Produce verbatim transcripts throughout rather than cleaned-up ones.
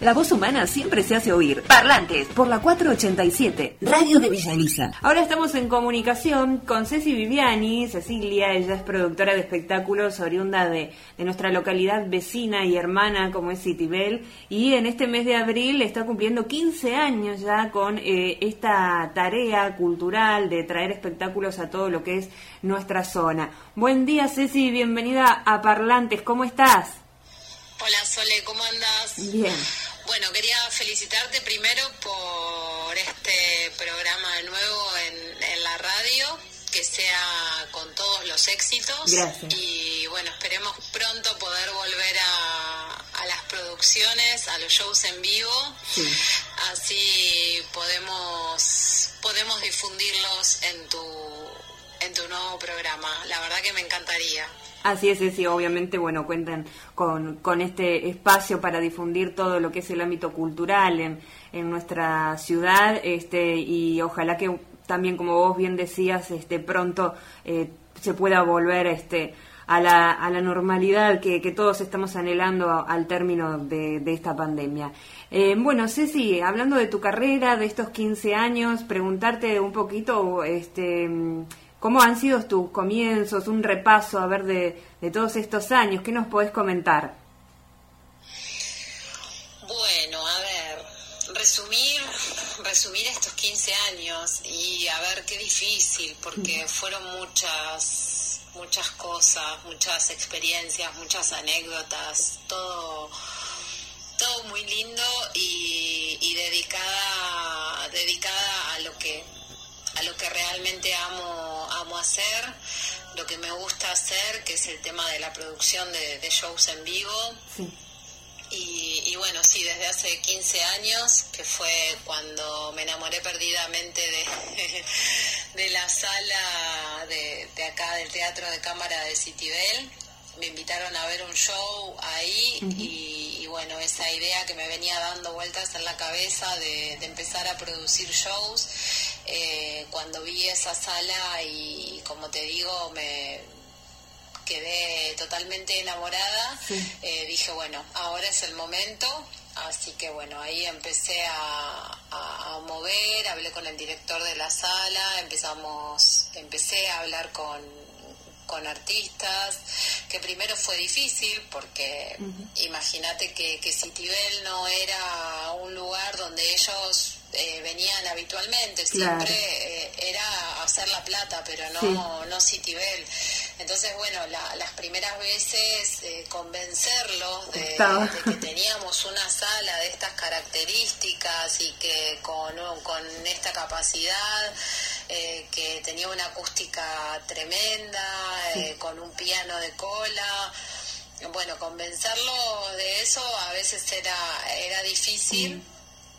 La voz humana siempre se hace oír. Parlantes, por la cuatrocientos ochenta y siete, Radio de Villa Elisa. Ahora estamos en comunicación con Ceci Viviani. Cecilia, ella es productora de espectáculos oriunda de, de nuestra localidad vecina y hermana como es Citibel. Y en este mes de abril está cumpliendo quince años ya con eh, esta tarea cultural de traer espectáculos a todo lo que es nuestra zona. Buen día, Ceci, bienvenida a Parlantes. ¿Cómo estás? Hola, Sole, ¿cómo andás? Bien. Bueno, quería felicitarte primero por este programa de nuevo en, en la radio, que sea con todos los éxitos. Gracias. Y bueno, esperemos pronto poder volver a, a las producciones, a los shows en vivo. Sí. Así podemos, podemos difundirlos en tu, en tu nuevo programa. La verdad que me encantaría. Así es, sí, obviamente, bueno, cuentan con, con este espacio para difundir todo lo que es el ámbito cultural en, en nuestra ciudad, este, y ojalá que también, como vos bien decías, este, pronto eh, se pueda volver este, a la, a la normalidad que, que todos estamos anhelando al término de, de esta pandemia. Eh, bueno, Ceci, hablando de tu carrera, de estos quince años, preguntarte un poquito, este... ¿cómo han sido tus comienzos? Un repaso, a ver, de, de todos estos años. ¿Qué nos podés comentar? Bueno, a ver, resumir, resumir estos quince años y a ver qué difícil, porque fueron muchas, muchas cosas, muchas experiencias, muchas anécdotas, todo, todo muy lindo y, y dedicada, dedicada a lo que a lo que realmente amo amo hacer, lo que me gusta hacer, que es el tema de la producción de, de shows en vivo. Sí. Y, y bueno, sí, desde hace quince años, que fue cuando me enamoré perdidamente de, de la sala de, de acá del Teatro de Cámara de Citibel. Me invitaron a ver un show ahí. Uh-huh. y, y bueno, esa idea que me venía dando vueltas en la cabeza de, de empezar a producir shows, eh, cuando vi esa sala y como te digo, me quedé totalmente enamorada. Sí. eh, dije, bueno, ahora es el momento. Así que bueno, ahí empecé a, a, a mover, hablé con el director de la sala, empezamos, empecé a hablar con con artistas, que primero fue difícil porque uh-huh. imagínate que, que Citibel no era un lugar donde ellos eh, venían habitualmente, siempre claro. eh, era hacer la plata, pero no, sí. no Citibel. Entonces, bueno, la, las primeras veces eh, convencerlos de, de que teníamos una sala de estas características y que con, con esta capacidad, eh, que tenía una acústica tremenda, sí. eh, con un piano de cola. Bueno, convencerlos de eso a veces era, era difícil. Mm.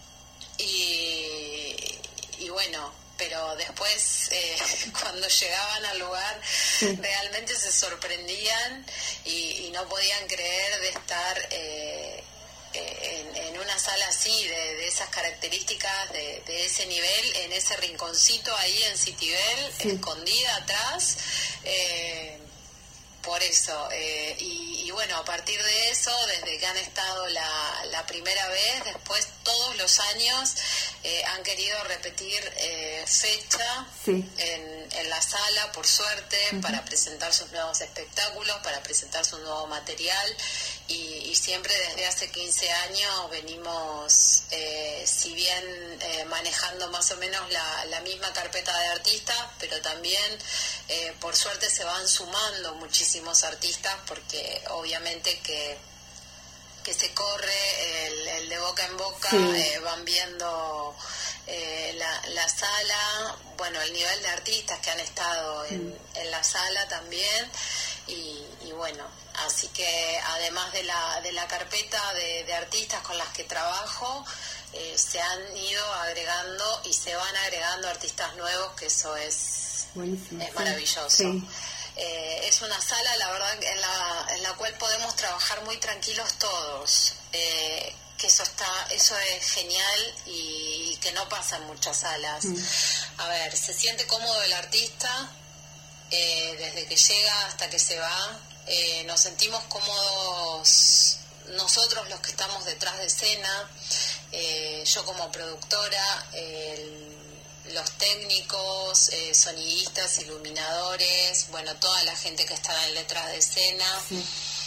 y, y bueno... pero después eh, cuando llegaban al lugar sí. realmente se sorprendían y, y no podían creer de estar eh, en, en una sala así, de, de esas características, de, de ese nivel, en ese rinconcito ahí en Citibel, sí. escondida atrás. Eh, por eso, eh, y, y bueno, a partir de eso, desde que han estado la, la primera vez, después todos los años eh, han querido repetir eh, fecha sí. en, en la sala, por suerte, uh-huh. para presentar sus nuevos espectáculos, para presentar su nuevo material, y, y siempre desde hace quince años venimos, eh, si bien eh, manejando más o menos la, la misma carpeta de artistas, pero también, eh, por suerte, se van sumando muchísimos artistas, porque obviamente que que se corre el, el de boca en boca, sí. eh, van viendo eh, la, la sala, bueno, el nivel de artistas que han estado en, mm. en la sala también, y, y bueno, así que además de la de la carpeta de, de artistas con las que trabajo, eh, se han ido agregando y se van agregando artistas nuevos, que eso es, buenísimo, es maravilloso. Sí. Eh, es una sala, la verdad, en la, en la cual podemos trabajar muy tranquilos todos, eh, que eso está, eso es genial y, y que no pasa en muchas salas. Mm. A ver, se siente cómodo el artista eh, desde que llega hasta que se va. Eh, nos sentimos cómodos nosotros los que estamos detrás de escena, eh, yo como productora, el, los técnicos, eh, sonidistas, iluminadores, bueno, toda la gente que está detrás de escena, sí.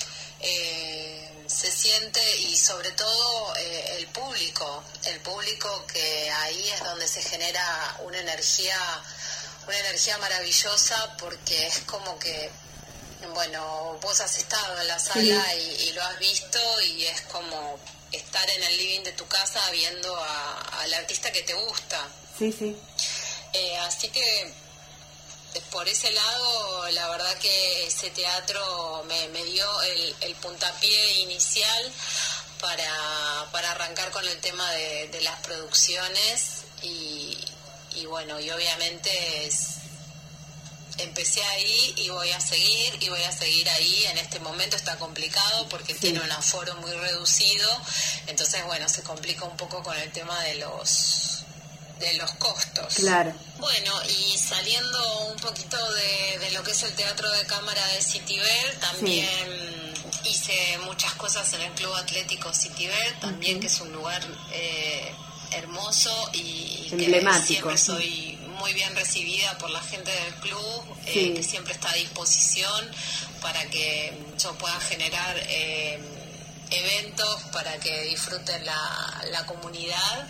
eh, se siente, y sobre todo eh, el público, el público que ahí es donde se genera una energía, una energía maravillosa, porque es como que, bueno, vos has estado en la sala sí. y, y lo has visto, y es como estar en el living de tu casa viendo a, al artista que te gusta. Sí, sí. Eh, así que por ese lado, la verdad que ese teatro me, me dio el, el puntapié inicial para, para arrancar con el tema de, de las producciones, y, y bueno, y obviamente es, empecé ahí y voy a seguir, y voy a seguir ahí. En este momento está complicado porque sí. tiene un aforo muy reducido, entonces bueno, se complica un poco con el tema de los de los costos. Claro. Bueno, y saliendo un poquito de, de lo que es el teatro de cámara de Citibel, también sí. hice muchas cosas en el Club Atlético Citibel, también uh-huh. que es un lugar eh, hermoso y, y que siempre soy muy bien recibida por la gente del club, eh, sí. que siempre está a disposición para que yo pueda generar eh, eventos para que disfruten la, la comunidad.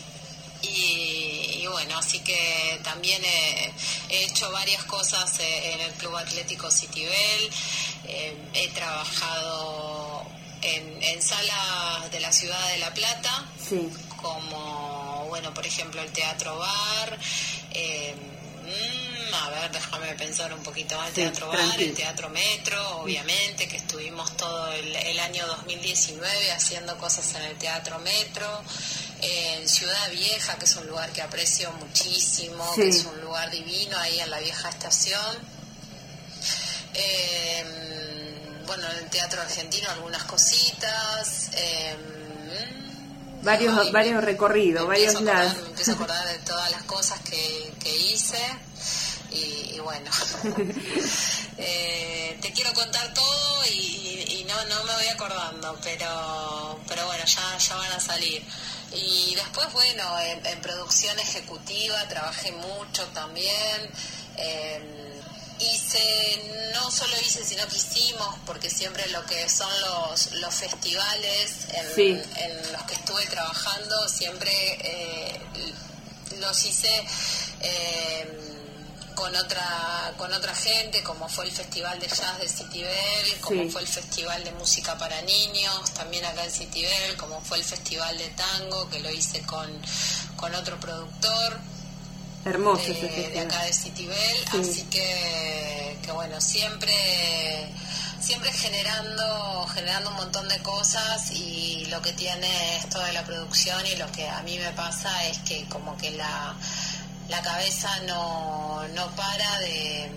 Y, y bueno, así que también he, he hecho varias cosas en el Club Atlético Citibel, eh, he trabajado en, en salas de la ciudad de La Plata, sí. como, bueno, por ejemplo, el Teatro Bar, eh, mmm, a ver, déjame pensar un poquito más, el sí, Teatro Bar, tranquilo. El Teatro Metro, obviamente, que estuvimos todo el, el año dos mil diecinueve haciendo cosas en el Teatro Metro. En Ciudad Vieja, que es un lugar que aprecio muchísimo, sí. que es un lugar divino ahí en la vieja estación. Eh, bueno, en el Teatro Argentino algunas cositas. Eh, varios ay, varios recorridos, varios lados. Me empiezo a acordar de todas las cosas que, que hice. Y, y bueno, eh, te quiero contar todo y, y, y no, no me voy acordando, pero, pero bueno, ya, ya van a salir. Y después, bueno, en, en producción ejecutiva trabajé mucho también. Eh, hice, no solo hice, sino que hicimos, porque siempre lo que son los, los festivales en, sí. en los que estuve trabajando, siempre eh, los hice eh, con otra con otra gente, como fue el Festival de Jazz de Citibel, como sí. fue el Festival de Música para Niños, también acá en Citibel, como fue el Festival de Tango, que lo hice con, con otro productor. Hermoso de, ese festival. De acá de Citibel, sí. así que, que bueno, siempre siempre generando generando un montón de cosas, y lo que tiene esto de la producción y lo que a mí me pasa es que como que la la cabeza no, no para de,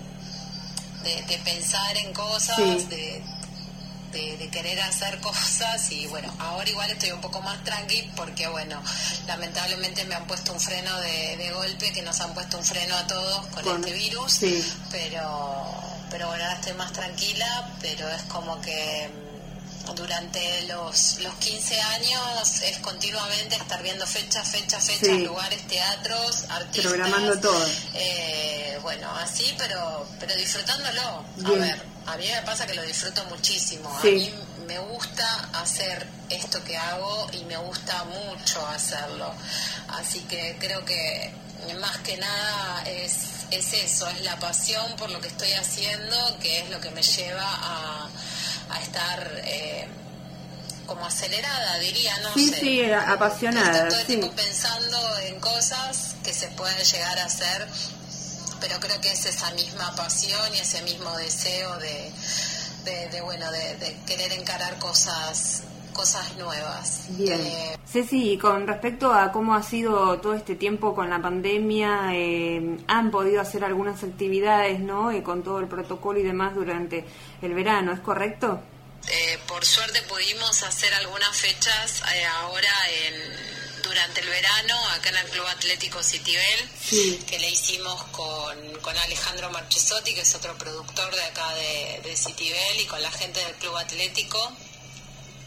de, de pensar en cosas, sí. de, de, de querer hacer cosas, y bueno, ahora igual estoy un poco más tranqui porque bueno, lamentablemente me han puesto un freno de, de golpe, que nos han puesto un freno a todos con bueno, este virus, sí. pero, pero bueno, ahora estoy más tranquila, pero es como que durante los, los quince años es continuamente estar viendo fechas, fechas, fechas, sí. lugares, teatros, artistas. Programando todo. Eh, bueno, así, pero pero disfrutándolo. Bien. A ver, a mí me pasa que lo disfruto muchísimo. Sí. A mí me gusta hacer esto que hago y me gusta mucho hacerlo. Así que creo que más que nada es, es eso, es la pasión por lo que estoy haciendo, que es lo que me lleva a... a estar eh, como acelerada, diría, no sí, sé. Sí, sí, apasionada. Estar todo el sí. tiempo pensando en cosas que se pueden llegar a hacer, pero creo que es esa misma pasión y ese mismo deseo de, de, de bueno, de, de querer encarar cosas cosas nuevas. Bien. Eh, Ceci, y con respecto a cómo ha sido todo este tiempo con la pandemia, eh, han podido hacer algunas actividades, ¿no? Y con todo el protocolo y demás durante el verano, ¿es correcto? Eh, por suerte pudimos hacer algunas fechas eh, ahora en durante el verano acá en el Club Atlético Citibel, sí. que le hicimos con, con Alejandro Marchesotti, que es otro productor de acá de, de Citibel, y con la gente del Club Atlético.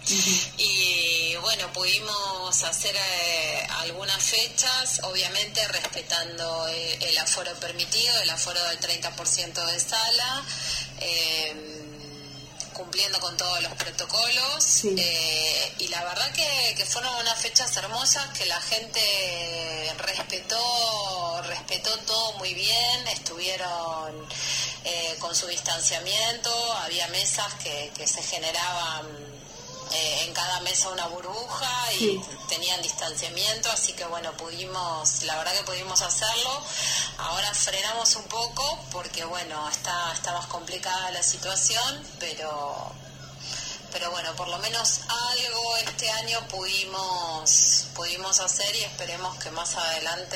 Uh-huh. Y bueno, pudimos hacer eh, algunas fechas, obviamente respetando el, el aforo permitido, el aforo del treinta por ciento de sala, eh, cumpliendo con todos los protocolos, sí. eh, y la verdad que, que fueron unas fechas hermosas, que la gente respetó, respetó todo muy bien, estuvieron eh, con su distanciamiento, había mesas que, que se generaban Eh, en cada mesa una burbuja y sí. tenían distanciamiento, así que bueno, pudimos, la verdad que pudimos hacerlo. Ahora frenamos un poco porque bueno, está, está más complicada la situación, pero pero bueno, por lo menos algo este año pudimos pudimos hacer y esperemos que más adelante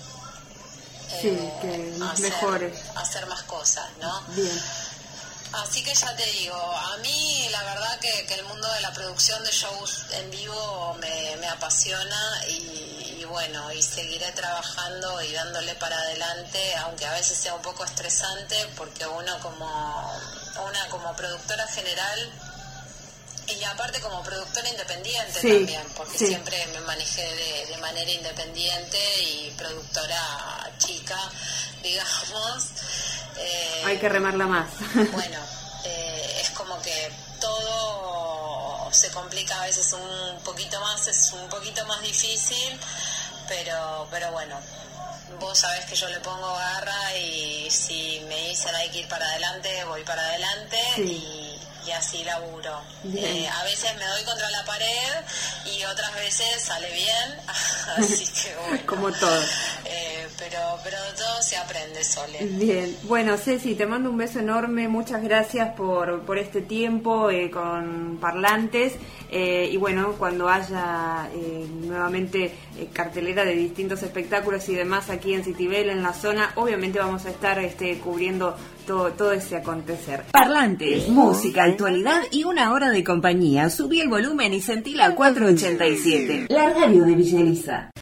sí, eh, que hacer, mejore. hacer más cosas, ¿no? Bien. Así que ya te digo, a mí la verdad que, que el mundo de la producción de shows en vivo me, me apasiona y, y bueno, y seguiré trabajando y dándole para adelante, aunque a veces sea un poco estresante, porque uno como una como productora general y aparte como productora independiente sí, también, porque sí. siempre me manejé de, de manera independiente y productora chica, digamos. Eh, Hay que remarla más. Bueno, eh, es como que todo se complica a veces un poquito más, es un poquito más difícil, pero pero bueno, vos sabés que yo le pongo garra y si me dicen hay que ir para adelante, voy para adelante sí. y, y así laburo. Eh, a veces me doy contra la pared y otras veces sale bien, así que bueno. Como todo. Eh, pero pero de todo se aprende, Sole. Bien, bueno, Ceci, te mando un beso enorme, muchas gracias por, por este tiempo eh, con Parlantes, eh, y bueno, cuando haya eh, nuevamente eh, cartelera de distintos espectáculos y demás aquí en Citibel, en la zona, obviamente vamos a estar este, cubriendo todo, todo ese acontecer. Parlantes, música, actualidad y una hora de compañía. Subí el volumen y sentí la cuatrocientos ochenta y siete, la radio de Villa Elisa.